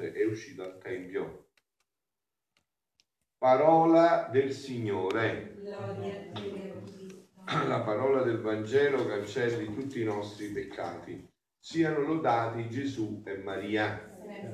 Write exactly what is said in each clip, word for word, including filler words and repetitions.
mentre è uscito al Tempio. Parola del Signore. La parola del Vangelo cancelli tutti i nostri peccati. Siano lodati Gesù e Maria.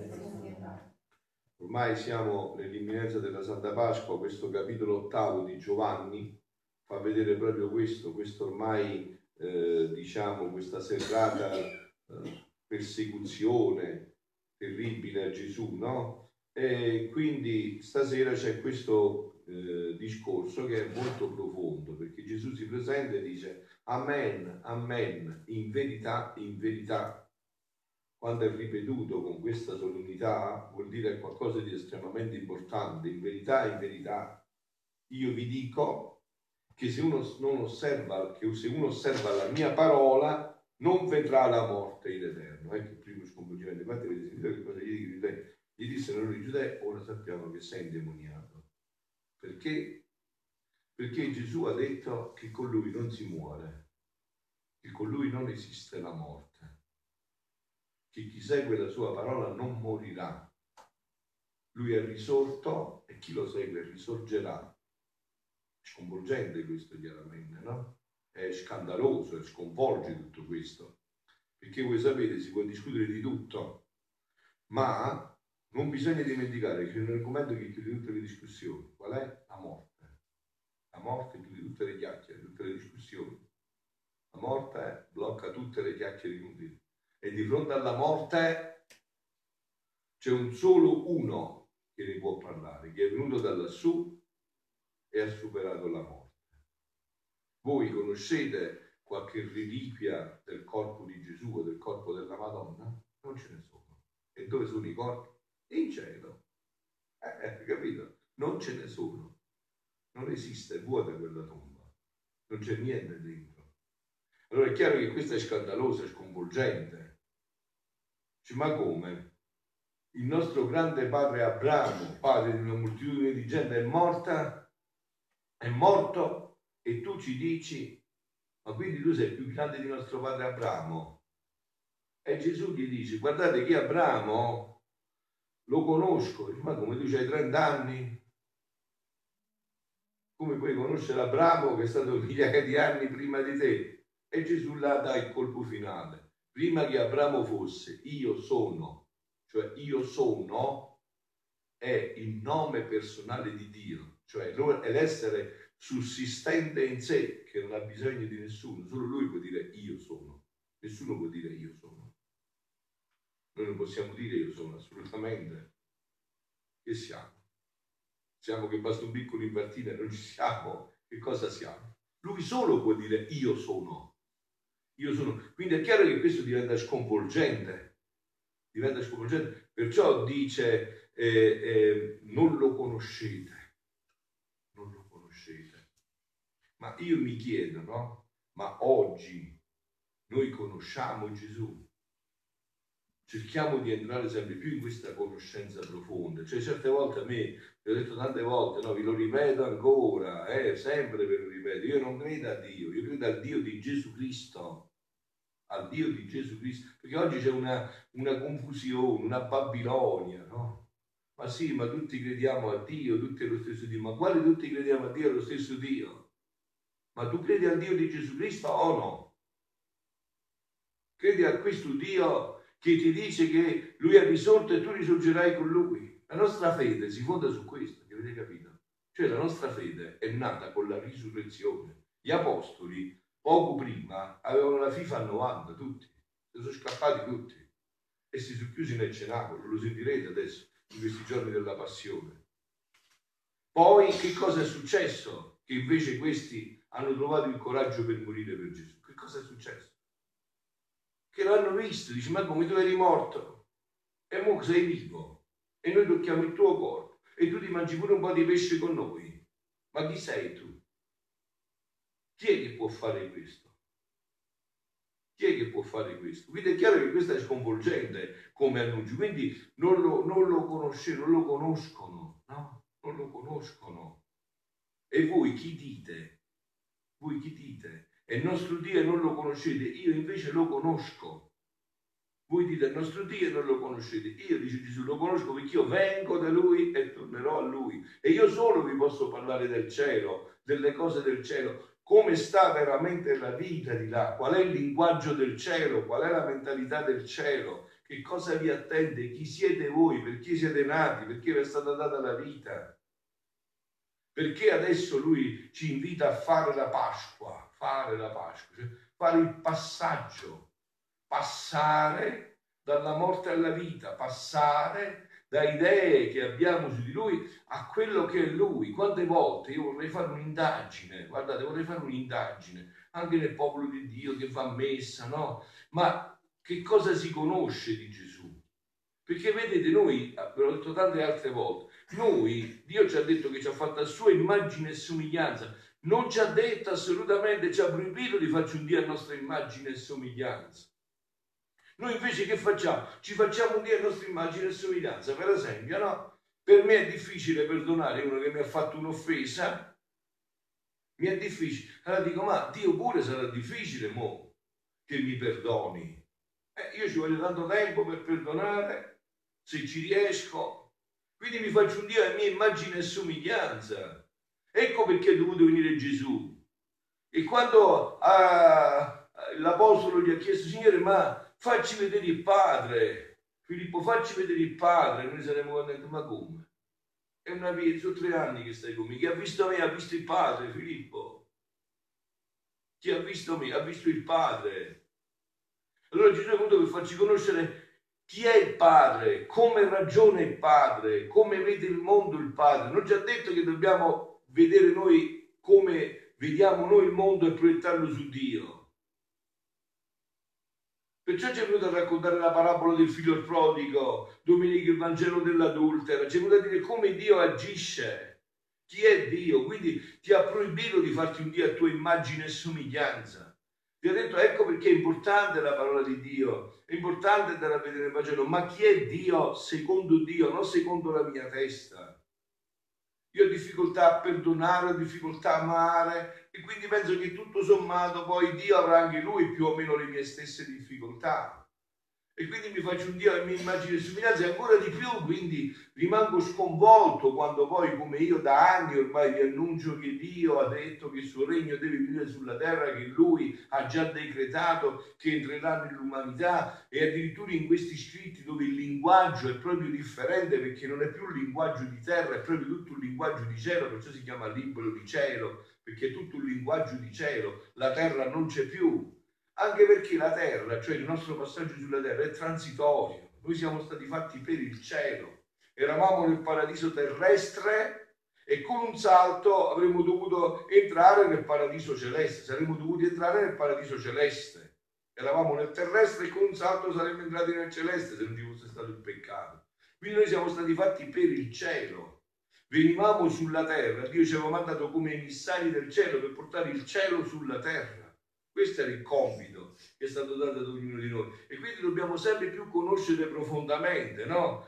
Ormai siamo nell'imminenza della Santa Pasqua. Questo capitolo ottavo di Giovanni fa vedere proprio questo, questo ormai eh, diciamo questa serrata eh, persecuzione terribile a Gesù, no? E quindi stasera c'è questo eh, discorso che è molto profondo, perché Gesù si presenta e dice amen, amen, in verità, in verità. Quando è ripetuto con questa solennità vuol dire qualcosa di estremamente importante. In verità, in verità, io vi dico che se uno non osserva, che se uno osserva la mia parola non vedrà la morte in eterno. Ecco il primo sconvolgimento. Infatti avete sentito che cosa gli dicono? Gli dissero loro i giudei, ora sappiamo che sei indemoniato. Perché? Perché Gesù ha detto che con lui non si muore, che con lui non esiste la morte, che chi segue la sua parola non morirà. Lui è risorto e chi lo segue risorgerà. Sconvolgente questo, chiaramente, no? È scandaloso, è sconvolge tutto questo, perché voi sapete si può discutere di tutto, ma non bisogna dimenticare che è un argomento che chiude tutte le discussioni. Qual è? La morte. La morte chiude tutte le chiacchiere, tutte le discussioni. La morte blocca tutte le chiacchiere inutili. E di fronte alla morte c'è un solo uno che ne può parlare, che è venuto da lassù e ha superato la morte. Voi conoscete qualche reliquia del corpo di Gesù o del corpo della Madonna? Non ce ne sono. E dove sono i corpi? In cielo. Eh, capito? Non ce ne sono. Non esiste, è vuota quella tomba. Non c'è niente dentro. Allora è chiaro che questo è scandaloso, è sconvolgente. Cioè, ma come? Il nostro grande padre Abramo, padre di una moltitudine di gente, è morta, è morto, e tu ci dici, ma quindi tu sei più grande di nostro padre Abramo? E Gesù gli dice, guardate che Abramo lo conosco. Dice, ma come, tu c'hai trenta anni? Come puoi conoscere Abramo che è stato migliaia di anni prima di te? E Gesù là dà il colpo finale. Prima che Abramo fosse, io sono. Cioè io sono è il nome personale di Dio, cioè è l'essere sussistente in sé che non ha bisogno di nessuno, solo lui può dire io sono, nessuno può dire io sono. Noi non possiamo dire io sono, assolutamente. Che siamo? Siamo che basta un piccolo invertire, non ci siamo, che cosa siamo? Lui solo può dire io sono, io sono. Quindi è chiaro che questo diventa sconvolgente, diventa sconvolgente, perciò dice eh, eh, non lo conoscete, non lo conoscete. Ma io mi chiedo, no? Ma oggi noi conosciamo Gesù? Cerchiamo di entrare sempre più in questa conoscenza profonda. Cioè certe volte a me, vi ho detto tante volte, no, vi lo ripeto ancora, eh, sempre ve lo ripeto, io non credo a Dio, io credo al Dio di Gesù Cristo, al Dio di Gesù Cristo, perché oggi c'è una, una confusione, una Babilonia, no? Ma sì, ma tutti crediamo a Dio, tutti allo stesso Dio, ma quale tutti crediamo a Dio allo stesso Dio? Ma tu credi al Dio di Gesù Cristo o no? Credi a questo Dio che ti dice che lui è risorto e tu risorgerai con lui? La nostra fede si fonda su questo, che avete capito? Cioè la nostra fede è nata con la risurrezione. Gli apostoli, poco prima, avevano la FIFA a novanta, tutti. Si sono scappati tutti. E si sono chiusi nel cenacolo, lo sentirete adesso, in questi giorni della passione. Poi che cosa è successo? Che invece questi hanno trovato il coraggio per morire per Gesù. Che cosa è successo? Che l'hanno visto, dice, ma come tu eri morto e mo sei vivo e noi tocchiamo il tuo corpo e tu ti mangi pure un po' di pesce con noi, ma chi sei tu? Chi è che può fare questo? Chi è che può fare questo? Quindi è chiaro che questo è sconvolgente come annuncio, quindi non lo, non lo conoscono, non lo conoscono, no? Non lo conoscono. E voi chi dite? Voi chi dite? E il nostro Dio non lo conoscete, io invece lo conosco. Voi dite il nostro Dio e non lo conoscete. Io, dice Gesù, lo conosco perché io vengo da Lui e tornerò a Lui. E io solo vi posso parlare del cielo, delle cose del cielo, come sta veramente la vita di là, qual è il linguaggio del cielo, qual è la mentalità del cielo, che cosa vi attende, chi siete voi, per chi siete nati, perché vi è stata data la vita. Perché adesso Lui ci invita a fare la Pasqua, fare la Pasqua, cioè fare il passaggio. Passare dalla morte alla vita, passare da idee che abbiamo su di Lui a quello che è Lui. Quante volte io vorrei fare un'indagine, guardate, vorrei fare un'indagine, anche nel popolo di Dio che va a messa, no? Ma che cosa si conosce di Gesù? Perché vedete, noi, ve l'ho detto tante altre volte, noi, Dio ci ha detto che ci ha fatto a sua immagine e somiglianza, non ci ha detto assolutamente, ci ha proibito di farci un Dio a nostra immagine e somiglianza. Noi invece che facciamo? Ci facciamo un Dio a nostra immagine e somiglianza. Per esempio, no? Per me è difficile perdonare uno che mi ha fatto un'offesa. Mi è difficile. Allora dico, ma Dio pure sarà difficile, mo, che mi perdoni. Eh, io ci voglio tanto tempo per perdonare, se ci riesco. Quindi mi faccio un Dio a mia immagine e somiglianza. Ecco perché è dovuto venire Gesù. E quando ah, l'Apostolo gli ha chiesto, Signore, ma facci vedere il Padre, Filippo, facci vedere il Padre, noi saremo contenti. Ma come? È una vita, sono tre anni che stai con me. Chi ha visto me ha visto il Padre, Filippo. Chi ha visto me ha visto il Padre. Allora Gesù è venuto per farci conoscere chi è il Padre, come ragiona il Padre, come vede il mondo il Padre. Non ci ha detto che dobbiamo vedere noi come vediamo noi il mondo e proiettarlo su Dio. Perciò ci è venuto a raccontare la parabola del figlio prodigo, domenica il Vangelo dell'adultera, ci è venuto a dire come Dio agisce, chi è Dio, quindi ti ha proibito di farti un Dio a tua immagine e somiglianza. Ti ha detto, ecco perché è importante la parola di Dio, è importante andare a vedere il Vangelo, ma chi è Dio secondo Dio, non secondo la mia testa. Io ho difficoltà a perdonare, ho difficoltà a amare e quindi penso che tutto sommato poi Dio avrà anche Lui più o meno le mie stesse difficoltà. E quindi mi faccio un Dio a mia immagine e somiglianza e ancora di più, quindi rimango sconvolto quando poi, come io da anni ormai vi annuncio che Dio ha detto che il suo regno deve venire sulla terra, che Lui ha già decretato che entrerà nell'umanità e addirittura in questi scritti dove il linguaggio è proprio differente perché non è più un linguaggio di terra, è proprio tutto un linguaggio di cielo, perciò si chiama libro di cielo, perché è tutto un linguaggio di cielo, la terra non c'è più. Anche perché la terra, cioè il nostro passaggio sulla terra, è transitorio. Noi siamo stati fatti per il cielo. Eravamo nel paradiso terrestre e con un salto avremmo dovuto entrare nel paradiso celeste. Saremmo dovuti entrare nel paradiso celeste. Eravamo nel terrestre e con un salto saremmo entrati nel celeste se non ci fosse stato il peccato. Quindi noi siamo stati fatti per il cielo. Venivamo sulla terra. Dio ci aveva mandato come emissari del cielo per portare il cielo sulla terra. Questo era il compito che è stato dato ad ognuno di noi e quindi dobbiamo sempre più conoscere profondamente, no?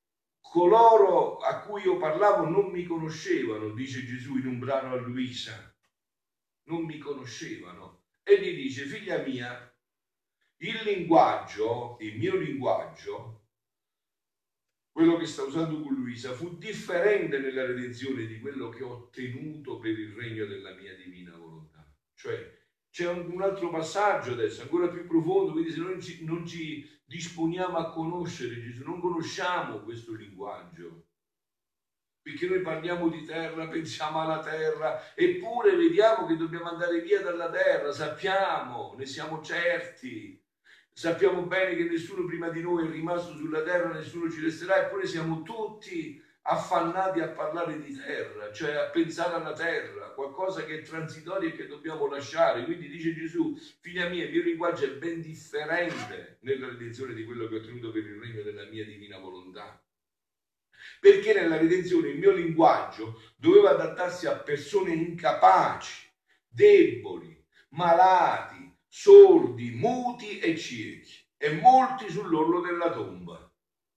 Coloro a cui io parlavo non mi conoscevano, dice Gesù in un brano a Luisa, non mi conoscevano e gli dice, figlia mia, il linguaggio, il mio linguaggio, quello che sta usando con Luisa, fu differente nella redenzione di quello che ho ottenuto per il regno della mia divina volontà, cioè c'è un altro passaggio adesso, ancora più profondo, quindi se noi non ci, non ci disponiamo a conoscere Gesù, non conosciamo questo linguaggio, perché noi parliamo di terra, pensiamo alla terra, eppure vediamo che dobbiamo andare via dalla terra, sappiamo, ne siamo certi, sappiamo bene che nessuno prima di noi è rimasto sulla terra, nessuno ci resterà, eppure siamo tutti affannati a parlare di terra, cioè a pensare alla terra, qualcosa che è transitorio e che dobbiamo lasciare. Quindi dice Gesù, figlia mia, il mio linguaggio è ben differente nella redenzione di quello che ho ottenuto per il regno della mia divina volontà. Perché nella redenzione il mio linguaggio doveva adattarsi a persone incapaci, deboli, malati, sordi, muti e ciechi, e molti sull'orlo della tomba.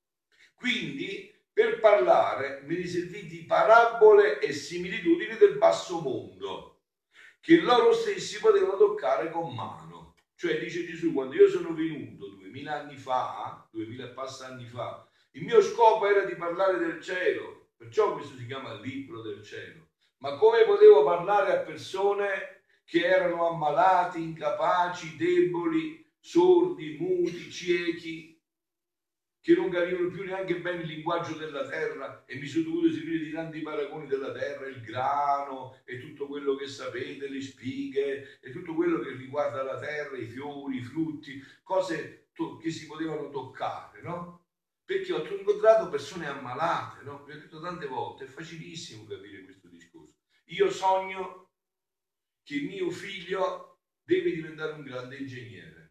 Quindi per parlare mi riservì di parabole e similitudini del basso mondo, che loro stessi potevano toccare con mano. Cioè, dice Gesù, quando io sono venuto duemila anni fa, duemila e passa anni fa, il mio scopo era di parlare del cielo, perciò questo si chiama il libro del cielo. Ma come potevo parlare a persone che erano ammalati, incapaci, deboli, sordi, muti, ciechi, che non capivano più neanche bene il linguaggio della terra, e mi sono dovuto servire di tanti paragoni della terra, il grano e tutto quello che sapete, le spighe e tutto quello che riguarda la terra, i fiori, i frutti, cose che si potevano toccare, no? Perché ho incontrato persone ammalate, no? Vi ho detto tante volte, è facilissimo capire questo discorso. Io sogno che mio figlio deve diventare un grande ingegnere.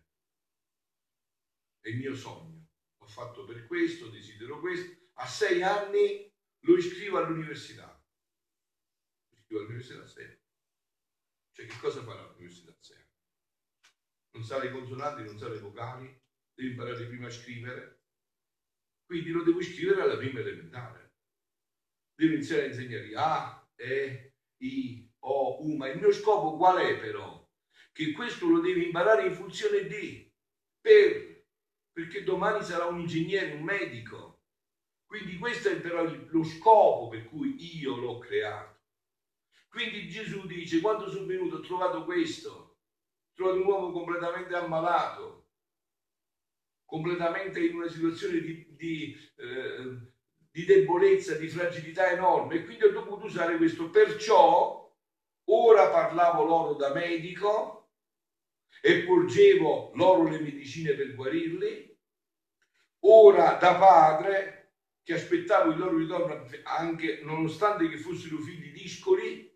È il mio sogno. Ho fatto per questo, desidero questo. A sei anni lo iscrivo all'università. Lo iscrivo all'università a sei anni. Cioè, che cosa farà all'università a sei anni? Non sa le consonanti, non sa le vocali, deve imparare prima a scrivere. Quindi lo devo iscrivere alla prima elementare. Devo iniziare a insegnare A, E, I, O, U. Ma il mio scopo qual è però? Che questo lo deve imparare in funzione di, per perché domani sarà un ingegnere, un medico. Quindi questo è però lo scopo per cui io l'ho creato. Quindi Gesù dice, quando sono venuto ho trovato questo, ho trovato un uomo completamente ammalato, completamente in una situazione di, di, eh, di debolezza, di fragilità enorme, e quindi ho dovuto usare questo. Perciò ora parlavo loro da medico e porgevo loro le medicine per guarirli, ora da padre che aspettavo il loro ritorno anche nonostante che fossero figli discoli,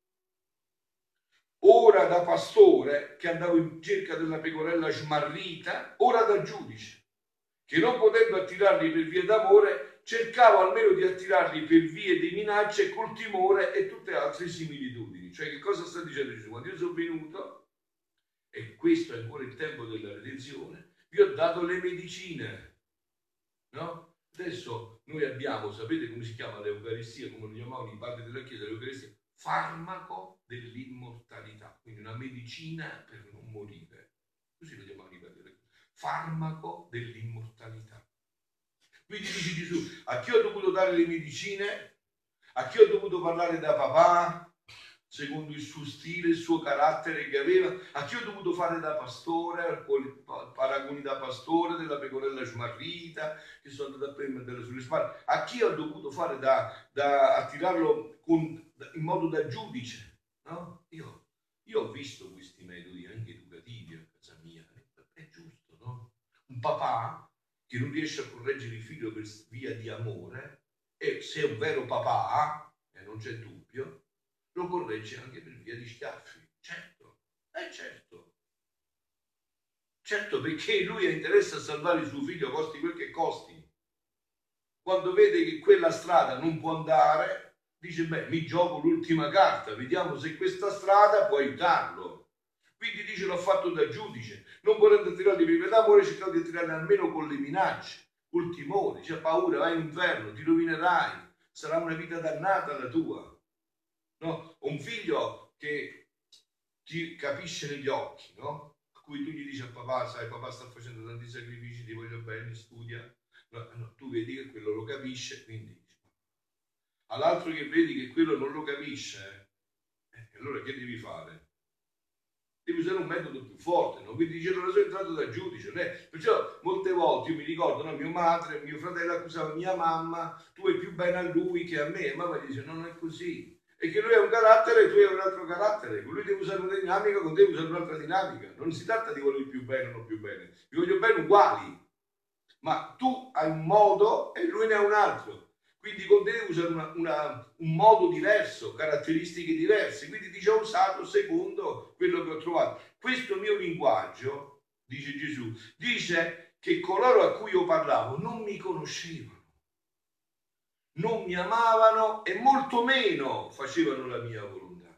ora da pastore che andavo in cerca della pecorella smarrita, ora da giudice che non potendo attirarli per vie d'amore cercavo almeno di attirarli per vie di minacce, col timore e tutte altre similitudini. Cioè, che cosa sta dicendo Gesù? Quando io sono venuto, e questo è ancora il tempo della redenzione, vi ho dato le medicine. No? Adesso noi abbiamo, sapete come si chiama l'Eucaristia, come lo chiamavano i padri della Chiesa, l'Eucaristia? Farmaco dell'immortalità, quindi una medicina per non morire. Così lo chiamavano i padri della Chiesa. Farmaco dell'immortalità. Quindi dice Gesù, a chi ho dovuto dare le medicine? A chi ho dovuto parlare da papà? Secondo il suo stile, il suo carattere che aveva, a chi ho dovuto fare da pastore, con paragoni da pastore, della pecorella smarrita, che sono andato a prendere sulle spalle, a chi ho dovuto fare da, da attirarlo con, in modo da giudice, no? Io, io ho visto questi metodi anche educativi a casa mia, è giusto, no? Un papà che non riesce a correggere il figlio per via di amore, e se è un vero papà, e non c'è dubbio, lo corregge anche per via di schiaffi. Certo, è eh certo. Certo, perché lui ha interesse a salvare il suo figlio, costi quel che costi. Quando vede che quella strada non può andare, dice, beh, mi gioco l'ultima carta, vediamo se questa strada può aiutarlo. Quindi dice, l'ho fatto da giudice. Non volendo attirarli per via d'amore, cercavo di attirarli almeno con le minacce, col timore. C'è paura, vai in inferno, ti rovinerai, sarà una vita dannata la tua. No? Un figlio che ti capisce negli occhi, no? A cui tu gli dici a papà, sai, papà sta facendo tanti sacrifici, ti voglio bene, studia. No, no, tu vedi che quello lo capisce, quindi all'altro che vedi che quello non lo capisce, eh, allora che devi fare? Devi usare un metodo più forte, no? Quindi dice, allora sono entrato da giudice, né? Perciò molte volte io mi ricordo, no, mia madre, mio fratello accusava mia mamma, tu hai più bene a lui che a me, e mamma dice, no, non è così. E che lui ha un carattere e tu hai un altro carattere, con lui devi usare una dinamica, con te devi usare un'altra dinamica. Non si tratta di voler più bene o non più bene, vi voglio bene uguali, ma tu hai un modo e lui ne ha un altro, quindi con te devi usare una, una, un modo diverso, caratteristiche diverse, quindi dice ho usato secondo quello che ho trovato. Questo mio linguaggio, dice Gesù, dice che coloro a cui io parlavo non mi conoscevano, non mi amavano e molto meno facevano la mia volontà.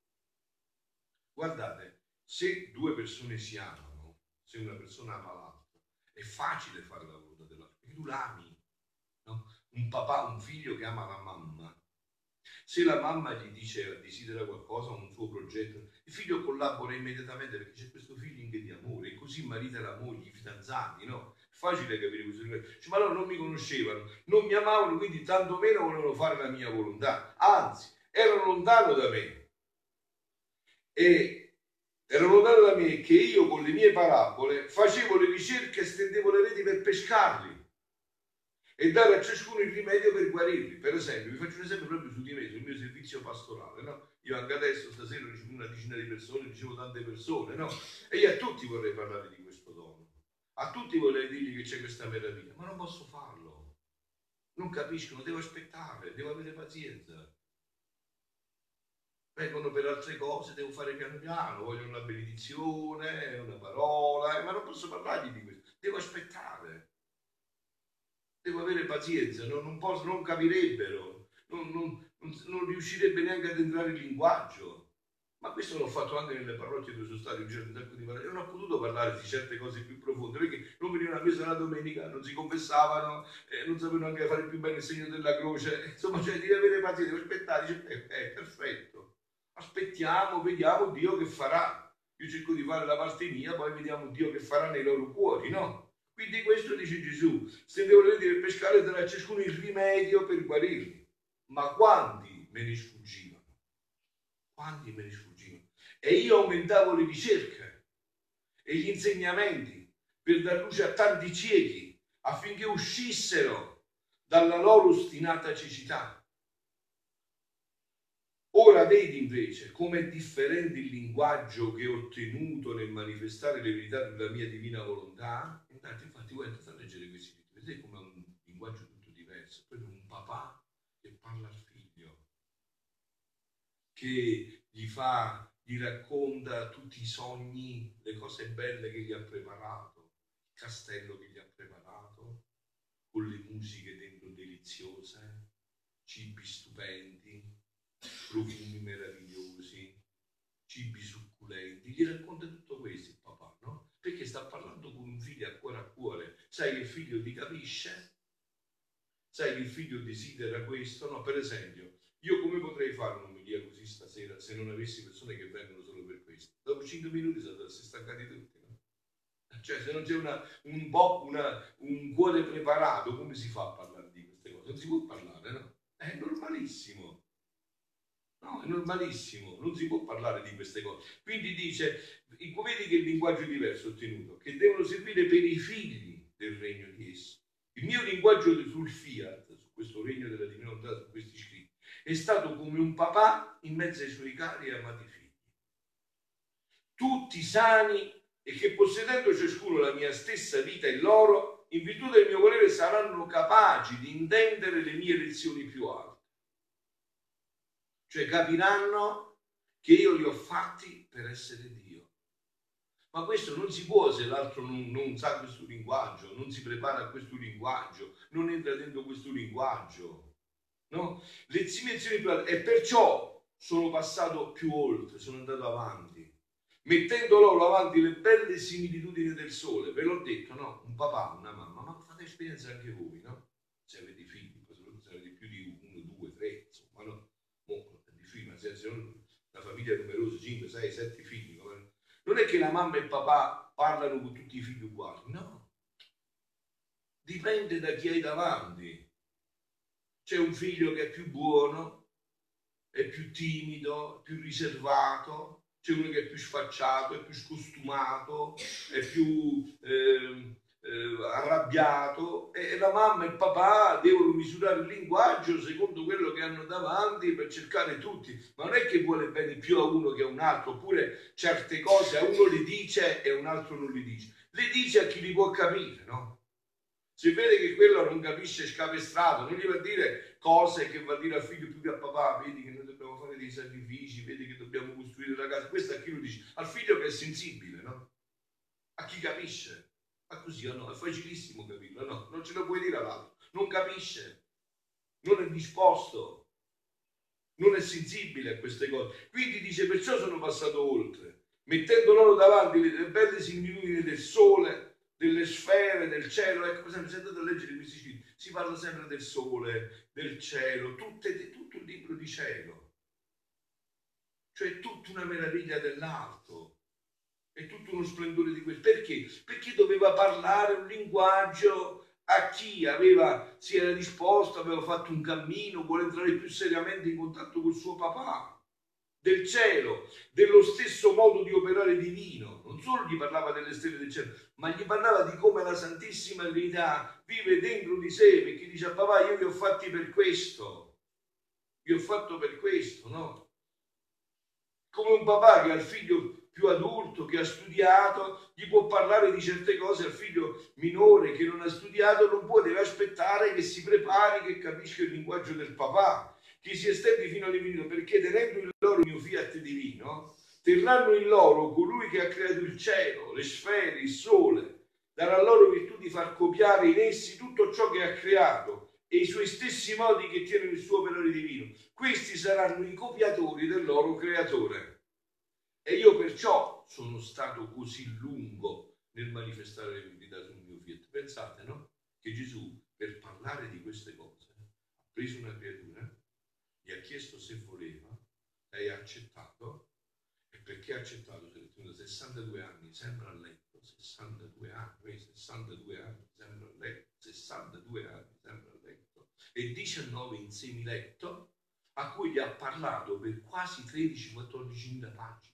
Guardate, se due persone si amano, se una persona ama l'altra, è facile fare la volontà dell'altro, perché tu l'ami, no? Un papà, un figlio che ama la mamma, Se la mamma gli dice, desidera qualcosa, un suo progetto, il figlio collabora immediatamente perché c'è questo feeling di amore, e così marita la moglie, i fidanzati, no? È facile capire questo. Cioè, ma loro non mi conoscevano, non mi amavano, quindi tanto meno volevano fare la mia volontà, anzi, erano lontano da me. E erano lontano da me che io con le mie parabole facevo le ricerche e stendevo le reti per pescarli e dare a ciascuno il rimedio per guarirli. Per esempio, vi faccio un esempio proprio su di me, sul mio servizio pastorale, no? Io anche adesso, stasera, ricevo una decina di persone, ricevo tante persone, no? E io a tutti vorrei parlare di questo dono, a tutti vorrei dirgli che c'è questa meraviglia, ma non posso farlo, non capiscono, devo aspettare, devo avere pazienza. Vengono per altre cose, devo fare piano piano, vogliono una benedizione, una parola, eh, ma non posso parlargli di questo, devo aspettare. Devo avere pazienza, non, non, posso, non capirebbero, non, non, non, non riuscirebbe neanche ad entrare in linguaggio. Ma questo l'ho fatto anche nelle parrocchie dove sono stato un certo tempo di parlare. Non ho potuto parlare di certe cose più profonde perché non venivano a messa la domenica, non si confessavano, eh, non sapevano anche fare più bene il segno della croce. Insomma, cioè, devi avere pazienza, devi aspettare, dice, eh, eh, perfetto, aspettiamo, vediamo Dio che farà. Io cerco di fare la parte mia, poi vediamo Dio che farà nei loro cuori, no? Quindi questo dice Gesù, stendevo le reti per pescare e dare a ciascuno il rimedio per guarirli. Ma quanti me ne sfuggivano? Quanti me ne sfuggivano? E io aumentavo le ricerche e gli insegnamenti per dar luce a tanti ciechi affinché uscissero dalla loro ostinata cecità. Ora vedi invece com'è differente il linguaggio che ho ottenuto nel manifestare le verità della mia divina volontà. Infatti, infatti voi andate a leggere questi libri, vedete come è un linguaggio tutto diverso, proprio un papà che parla al figlio, che gli fa, gli racconta tutti i sogni, le cose belle che gli ha preparato, il castello che gli ha preparato, con le musiche dentro deliziose, cibi stupendi, profumi meravigliosi, cibi succulenti, gli racconta tutto questo il papà, no? Perché sta parlando con un figlio a cuore a cuore, sai che il figlio ti capisce, sai che il figlio desidera questo, no? Per esempio, io come potrei fare un'omelia così stasera se non avessi persone che vengono solo per questo? Dopo cinque minuti si sono stancati tutti, no? Cioè, se non c'è una, un po' una, un cuore preparato, come si fa a parlare di queste cose? Non si può parlare, no? È normalissimo. No, è normalissimo, non si può parlare di queste cose. Quindi dice, vedi che il linguaggio è diverso ottenuto, che devono servire per i figli del regno di esso. Il mio linguaggio sul fiat, su questo regno della divina volontà, su questi scritti, è stato come un papà in mezzo ai suoi cari e amati figli. Tutti sani e che possedendo ciascuno la mia stessa vita in loro, in virtù del mio volere saranno capaci di intendere le mie lezioni più alte. Cioè capiranno che io li ho fatti per essere Dio. Ma questo non si può se l'altro non, non sa questo linguaggio, non si prepara a questo linguaggio, non entra dentro questo linguaggio. No? Le lezioni più alte. E perciò sono passato più oltre, sono andato avanti, mettendo loro avanti le belle similitudini del sole. Ve l'ho detto, no? Un papà, una mamma, ma fate esperienza anche voi, no? Se avete figli, se avete più di uno, due, tre, insomma, no? Se una famiglia numerosa, cinque, sei, sette figli, non è che la mamma e il papà parlano con tutti i figli uguali, no, dipende da chi hai davanti. C'è un figlio che è più buono, è più timido, più riservato, c'è uno che è più sfacciato, è più scostumato, è più eh, eh, arrabbiato, e la mamma e il papà devono misurare il linguaggio secondo quello che hanno davanti per cercare tutti. Ma non è che vuole bene più a uno che a un altro, oppure certe cose a uno le dice e a un altro non le dice, le dice a chi li può capire, no? Se vede che quello non capisce scapestrato, non gli va a dire cose che va a dire al figlio più che a papà, vedi che noi dobbiamo fare dei sacrifici, vedi che dobbiamo costruire la casa, questo a chi lo dice? Al figlio che è sensibile, no? A chi capisce. Ma così o no? È facilissimo capirlo, no? Non ce lo puoi dire all'altro, non capisce, non è disposto, non è sensibile a queste cose. Quindi dice, perciò sono passato oltre, mettendo loro davanti le belle similitudini del sole, delle sfere, del cielo. Ecco, per esempio, se andate a leggere questi scritti, si parla sempre del sole, del cielo, tutte, tutto il libro di cielo. Cioè tutta una meraviglia dell'alto, è tutto uno splendore di questo. Perché? Perché doveva parlare un linguaggio a chi aveva, si era disposto, aveva fatto un cammino, vuole entrare più seriamente in contatto col suo papà, del cielo, dello stesso modo di operare divino. Non solo gli parlava delle stelle del cielo, ma gli parlava di come la Santissima Trinità vive dentro di sé, perché dice: papà, io vi ho fatti per questo, vi ho fatto per questo, no? Come un papà che al figlio più adulto, che ha studiato, gli può parlare di certe cose, al figlio minore che non ha studiato non può, deve aspettare che si prepari, che capisca il linguaggio del papà, che si estendi fino all'infinito, perché tenendo in loro il mio fiat divino, terranno in loro colui che ha creato il cielo, le sfere, il sole, darà loro virtù di far copiare in essi tutto ciò che ha creato e i suoi stessi modi che tiene il suo operare divino. Questi saranno i copiatori del loro creatore. E io perciò sono stato così lungo nel manifestare le verità sul mio fiat. Pensate, no? Che Gesù, per parlare di queste cose, ha preso una creatura, gli ha chiesto se voleva, lei ha accettato, e perché ha accettato, si è tenuto sessantadue anni sempre a letto, sessantadue anni, sessantadue anni sempre a letto, sessantadue anni sempre a letto, e diciannove in semiletto, a cui gli ha parlato per quasi tredici quattordici mila pagine,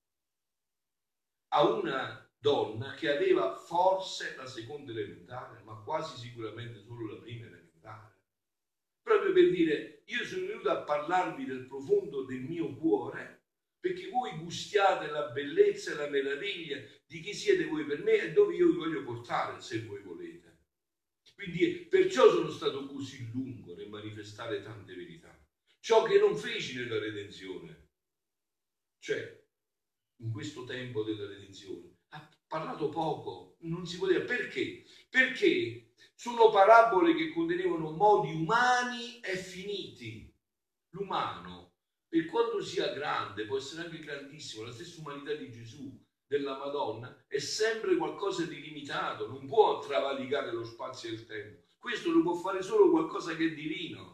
a una donna che aveva forse la seconda elementare, ma quasi sicuramente solo la prima elementare, proprio per dire: io sono venuto a parlarvi del profondo del mio cuore, perché voi gustiate la bellezza e la meraviglia di chi siete voi per me e dove io vi voglio portare, se voi volete. Quindi perciò sono stato così lungo nel manifestare tante verità, ciò che non feci nella redenzione, cioè in questo tempo della redenzione ha parlato poco, non si poteva. Perché? Perché sono parabole che contenevano modi umani e finiti. L'umano, per quanto sia grande, può essere anche grandissimo, la stessa umanità di Gesù, della Madonna, è sempre qualcosa di limitato, non può travalicare lo spazio e il tempo. Questo lo può fare solo qualcosa che è divino.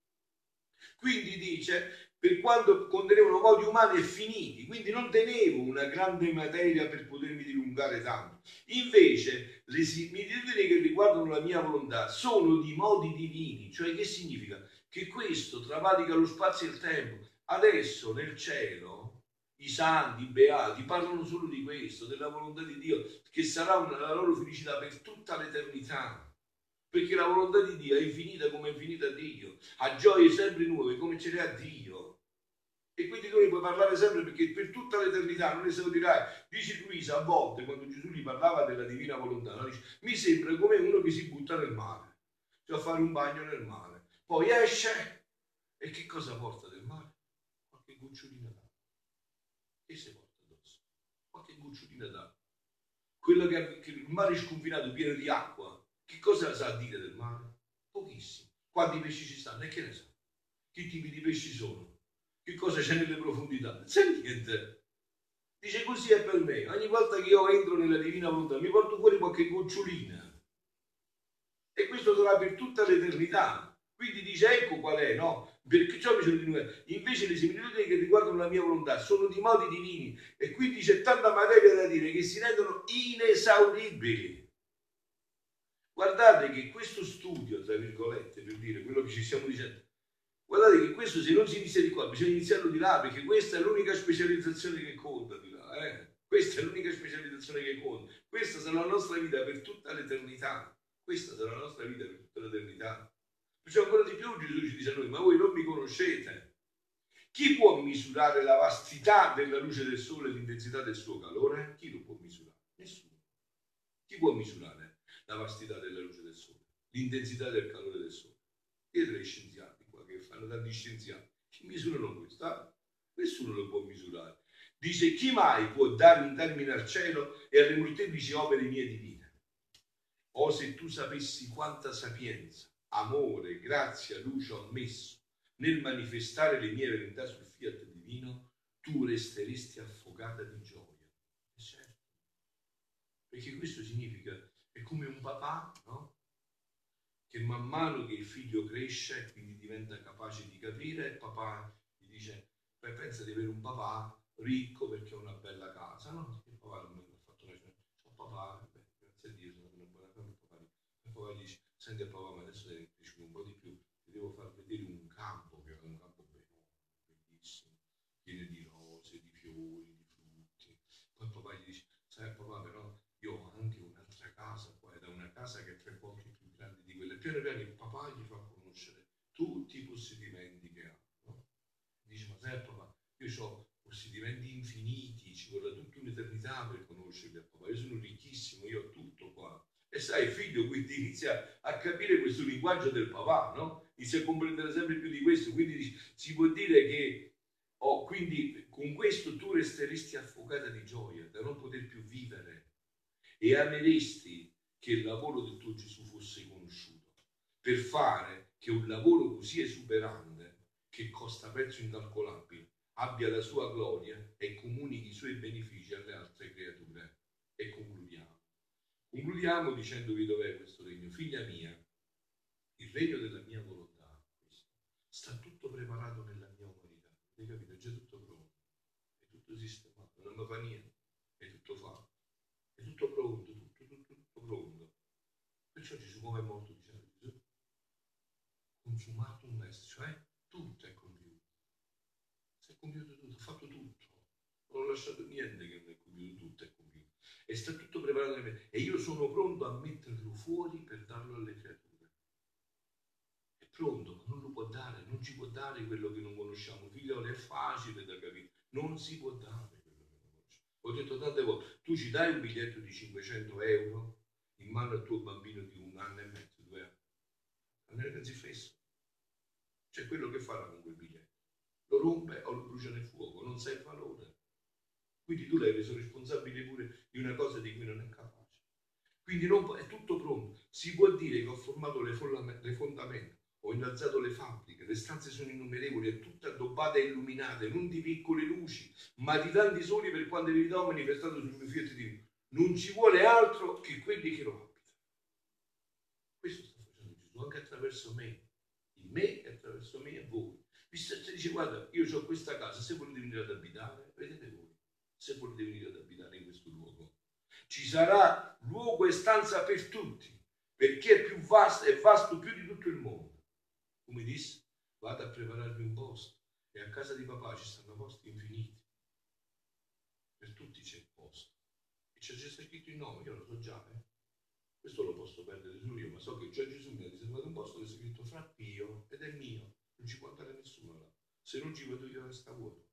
Quindi dice: per quanto contenevano modi umani e finiti, quindi non tenevo una grande materia per potermi dilungare tanto. Invece le similitudini che riguardano la mia volontà sono di modi divini. Cioè, che significa? Che questo travalica lo spazio e il tempo. Adesso nel cielo i santi, i beati parlano solo di questo, della volontà di Dio, che sarà una, la loro felicità per tutta l'eternità. Perché la volontà di Dio è infinita come è infinita Dio, ha gioie sempre nuove come ce le ha Dio. E quindi tu ne puoi parlare sempre, perché per tutta l'eternità non esaudirai. Dice Luisa a volte, quando Gesù gli parlava della divina volontà, no? Dice: mi sembra come uno che si butta nel mare, cioè a fare un bagno nel mare, poi esce e che cosa porta del mare? Qualche gocciolina d'acqua. Che si porta addosso? Qualche gocciolina d'acqua. Quello che, che il mare è sconfinato, pieno di acqua, che cosa sa dire del mare? Pochissimo. Quanti pesci ci stanno? E che ne sa? Che tipi di pesci sono? Che cosa c'è nelle profondità? Non sa niente. Dice: così è per me. Ogni volta che io entro nella divina volontà mi porto fuori qualche gocciolina. E questo sarà per tutta l'eternità. Quindi dice: ecco qual è, no? Perché ciò mi sono di nuovo. Invece le similitudini che riguardano la mia volontà sono di modi divini, e quindi c'è tanta materia da dire che si rendono inesauribili. Guardate che questo studio, tra virgolette, per dire quello che ci stiamo dicendo, guardate che questo, se non si inizia di qua, bisogna iniziarlo di là, perché questa è l'unica specializzazione che conta di là, eh? Questa è l'unica specializzazione che conta. Questa sarà la nostra vita per tutta l'eternità. Questa sarà la nostra vita per tutta l'eternità. Perciò ancora di più Gesù ci dice a noi: ma voi non mi conoscete. Chi può misurare la vastità della luce del sole e l'intensità del suo calore? Chi lo può misurare? Nessuno. Chi può misurare la vastità della luce del sole, l'intensità del calore del sole? Dietro gli scienziati qua, che fanno tanti scienziati, chi misurano questo? Ah, nessuno lo può misurare. Dice: chi mai può dare un termine al cielo e alle molteplici opere mie divine? O se tu sapessi quanta sapienza, amore, grazia, luce ho messo nel manifestare le mie verità sul fiat divino, tu resteresti affogata di gioia. È certo. Perché questo significa È come un papà, no? Che man mano che il figlio cresce, quindi diventa capace di capire, il papà gli dice, beh, pensa di avere un papà ricco perché ha una bella casa, no? Il papà mi ha fatto una cena, oh, papà, beh, grazie a Dio sono una buona famiglia, papà. Il papà gli dice, senti papà, ma adesso devi crescere un po' di più, ti devo far vedere un campo, che è un campo bello, bellissimo, pieno di rose, di fiori, di frutti. Poi papà gli dice, sai papà, però io ho anche un'altra casa qua, ed è una casa che è tre volte più grande di quella. Piano piano il papà gli fa conoscere tutti i possedimenti che ha, no? Dice, ma sai papà, io ho possedimenti infiniti, ci vorrà tutta un'eternità per conoscerli a papà, io sono ricchissimo, io ho tutto qua. E sai, il figlio quindi inizia a capire questo linguaggio del papà, no? Inizia a comprendere sempre più di questo, quindi si può dire che oh, quindi con questo tu resteresti affogata di gioia da non poter più vivere e ameresti che il lavoro del tuo Gesù fosse conosciuto, per fare che un lavoro così esuberante, che costa prezzo incalcolabile, abbia la sua gloria e comunichi i suoi benefici alle altre creature. E concludiamo. Concludiamo dicendovi dov'è questo regno. Figlia mia, il regno della mia volontà, questo, sta tutto preparato nella mia umanità. Avete capito? È già tutto pronto, è tutto sistemato, non mi fa niente, è tutto fatto, è tutto pronto, tutto, tutto, tutto pronto. Perciò Gesù, come è morto, dicendo Gesù, consumato un est, cioè tutto è compiuto. Si è compiuto tutto, ha fatto tutto. Non ho lasciato niente che non è compiuto, tutto è compiuto. E sta tutto preparato nel me. E io sono pronto a metterlo fuori per darlo alle creature. È pronto, ma non lo può dare, non ci può dare quello che non conosciamo. Figliolo, è facile da capire. Non si può dare quello che non conosciamo. Ho detto tante volte, tu ci dai un biglietto di cinquecento euro in mano al tuo bambino di un anno e mezzo, due anni. Non è così fesso. Cioè quello che farà con quel biglietto? Lo rompe o lo brucia nel fuoco, non sa il valore. Quindi tu l'hai reso responsabile pure di una cosa di cui non è capace. Quindi non può, è tutto pronto. Si può dire che ho formato le, le fondamenta, ho innalzato le fabbriche, le stanze sono innumerevoli, è tutta addobbata e illuminata, non di piccole luci, ma di tanti soli per quante verità ho manifestato sul mio fiat divino. Non ci vuole altro che quelli che lo abitano. Questo sta facendo Gesù anche attraverso me, in me e attraverso me e voi. Visto che dice, guarda, io ho questa casa, se volete venire ad abitare, vedete voi. Se volete venire ad abitare in questo luogo, ci sarà luogo e stanza per tutti, perché è più vasto, è vasto più di tutto il mondo. Come disse, vado a prepararvi un posto e a casa di papà ci stanno posti infiniti. Per tutti c'è posto. E c'è già scritto il nome, io lo so già, eh? Questo lo posso perdere solo io, ma so che già Gesù mi ha riservato un posto che è scritto fra Pio ed è mio, non ci può andare nessuno là. Se non ci vado io resta vuoto.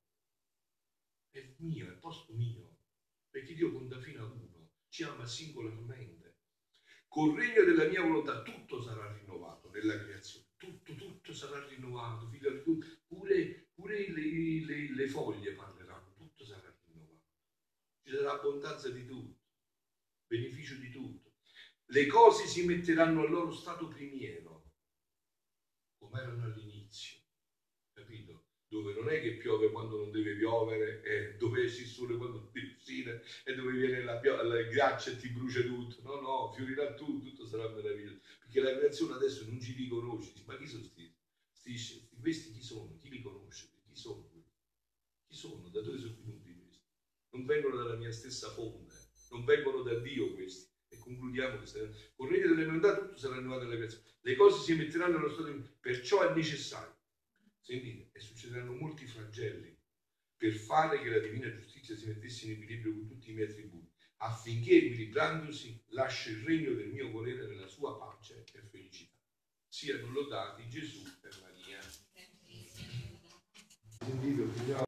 È mio, è posto mio, perché Dio conta fino a uno, ci ama singolarmente. Col regno della mia volontà tutto sarà rinnovato nella creazione, tutto, tutto sarà rinnovato, figlio, pure, pure le, le, le foglie parleranno, tutto sarà rinnovato. Ci sarà abbondanza di tutto, beneficio di tutto. Le cose si metteranno al loro stato primiero, come erano all'inizio, capito? Dove non è che piove quando non deve piovere, e dove esce il sole quando non deve uscire, e dove viene la, la ghiaccia e ti brucia tutto. No, no, fiorirà tutto, tutto sarà meraviglioso. Perché la creazione adesso non ci riconosce. Ma chi sono questi? Questi chi sono? Chi li conosce? Chi sono questi? Chi sono? Da dove sono venuti questi? Non vengono dalla mia stessa fonte, non vengono da Dio questi. E concludiamo questa. Con il regno delle volontà tutto sarà rinnovato nella creazione. Le cose si metteranno allo stato di... Perciò è necessario. Sentite, e succederanno molti flagelli per fare che la divina giustizia si mettesse in equilibrio con tutti i miei attributi, affinché equilibrandosi lasci il regno del mio volere nella sua pace e felicità. Siano lodati Gesù e Maria.